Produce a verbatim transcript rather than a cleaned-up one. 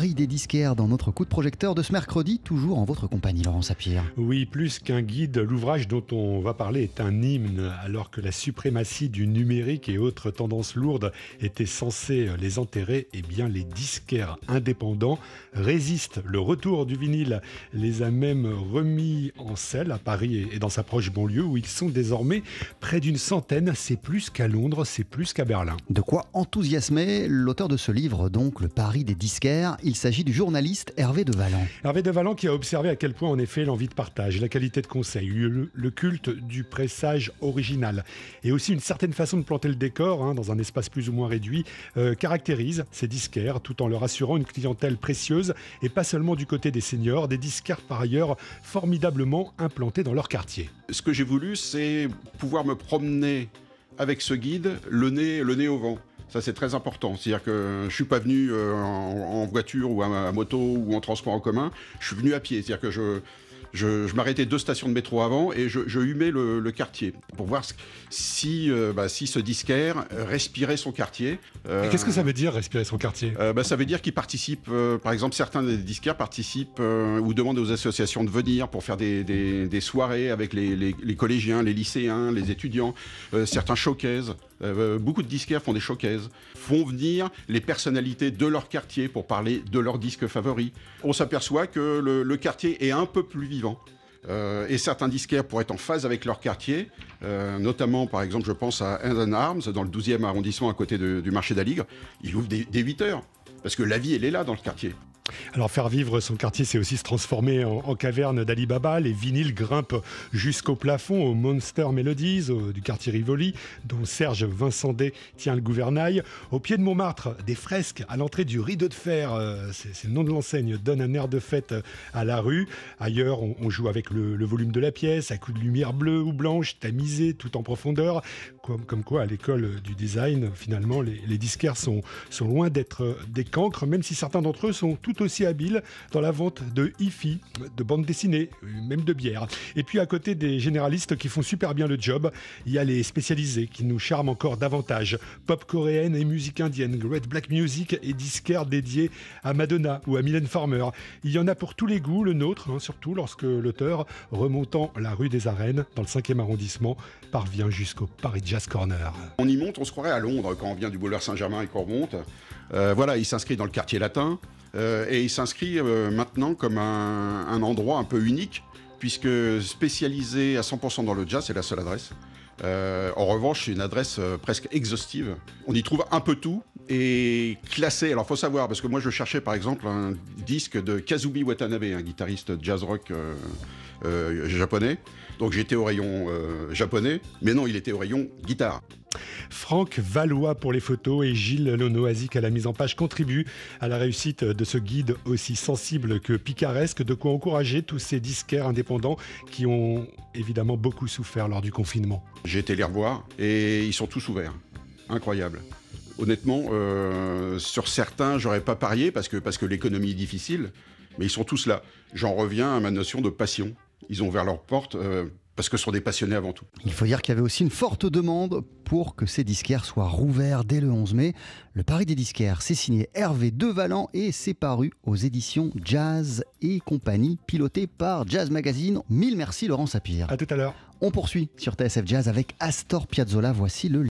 Paris des disquaires dans notre coup de projecteur de ce mercredi, toujours en votre compagnie, Laurent Sapir. Oui, plus qu'un guide, l'ouvrage dont on va parler est un hymne. Alors que la suprématie du numérique et autres tendances lourdes étaient censées les enterrer, eh bien les disquaires indépendants résistent. Le retour du vinyle les a même remis en selle à Paris et dans sa proche banlieue où ils sont désormais près d'une centaine. C'est plus qu'à Londres, c'est plus qu'à Berlin. De quoi enthousiasmer l'auteur de ce livre, donc Le Paris des disquaires. Il s'agit du journaliste Hervé de Valland. Hervé de Valland qui a observé à quel point en effet l'envie de partage, la qualité de conseil, le, le culte du pressage original et aussi une certaine façon de planter le décor hein, dans un espace plus ou moins réduit euh, caractérise ces disquaires tout en leur assurant une clientèle précieuse et pas seulement du côté des seniors, des disquaires par ailleurs formidablement implantés dans leur quartier. Ce que j'ai voulu, c'est pouvoir me promener avec ce guide le nez, le nez au vent. Ça, c'est très important. C'est-à-dire que je ne suis pas venu euh, en, en voiture ou à, à moto ou en transport en commun. Je suis venu à pied. C'est-à-dire que je, je, je m'arrêtais deux stations de métro avant et je, je humais le, le quartier pour voir si, euh, bah, si ce disquaire respirait son quartier. Euh, Qu'est-ce que ça veut dire, respirer son quartier euh, bah, Ça veut dire qu'il participe, euh, par exemple, certains des disquaires participent euh, ou demandent aux associations de venir pour faire des, des, des soirées avec les, les, les collégiens, les lycéens, les étudiants, euh, certains showcases. Euh, beaucoup de disquaires font des showcases, font venir les personnalités de leur quartier pour parler de leurs disques favoris. On s'aperçoit que le, le quartier est un peu plus vivant. Euh, et certains disquaires pourraient être en phase avec leur quartier, euh, notamment par exemple je pense à Hand and Arms dans le douzième arrondissement à côté de, du marché d'Aligre. Ils ouvrent dès, dès huit heures parce que la vie elle est là dans le quartier. Alors faire vivre son quartier, c'est aussi se transformer en, en caverne d'Ali Baba. Les vinyles grimpent jusqu'au plafond, aux Monster Melodies, au, du quartier Rivoli, dont Serge Vincendé tient le gouvernail. Au pied de Montmartre, des fresques à l'entrée du Rideau de Fer, euh, c'est, c'est le nom de l'enseigne, donne un air de fête à la rue. Ailleurs, on, on joue avec le, le volume de la pièce, à coups de lumière bleue ou blanche, tamisée, tout en profondeur. Comme, comme quoi, à l'école du design, finalement, les, les disquaires sont, sont loin d'être des cancres, même si certains d'entre eux sont tout aussi habiles dans la vente de hi-fi, de bandes dessinées, même de bière. Et puis à côté des généralistes qui font super bien le job, il y a les spécialisés qui nous charment encore davantage. Pop coréenne et musique indienne, Great Black Music et disquaires dédiés à Madonna ou à Mylène Farmer. Il y en a pour tous les goûts, le nôtre, hein, surtout lorsque l'auteur, remontant la rue des Arènes, dans le cinquième arrondissement, parvient jusqu'au Paris Jazz Corner. On y monte, on se croirait à Londres quand on vient du boulevard Saint-Germain et qu'on remonte. Euh, voilà, il s'inscrit dans le quartier latin. Euh, et il s'inscrit euh, maintenant comme un, un endroit un peu unique, puisque spécialisé à cent pour cent dans le jazz, c'est la seule adresse. Euh, en revanche, c'est une adresse euh, presque exhaustive. On y trouve un peu tout et classé. Alors, il faut savoir, parce que moi, je cherchais par exemple un disque de Kazumi Watanabe, un guitariste jazz rock euh, euh, japonais. Donc, j'étais au rayon euh, japonais, mais non, il était au rayon guitare. Franck Valois pour les photos et Gilles Lonoisic à la mise en page contribuent à la réussite de ce guide aussi sensible que picaresque, de quoi encourager tous ces disquaires indépendants qui ont évidemment beaucoup souffert lors du confinement. J'ai été les revoir et ils sont tous ouverts. Incroyable. Honnêtement, euh, sur certains, j'aurais pas parié parce que, parce que l'économie est difficile, mais ils sont tous là. J'en reviens à ma notion de passion. Ils ont ouvert leurs portes euh, parce que ce sont des passionnés avant tout. Il faut dire qu'il y avait aussi une forte demande pour que ces disquaires soient rouverts dès le onze mai. Le Paris des disquaires, c'est signé Hervé de Valland et c'est paru aux éditions Jazz et compagnie, piloté par Jazz Magazine. Mille merci Laurent Sapir. À tout à l'heure. On poursuit sur T S F Jazz avec Astor Piazzolla. Voici le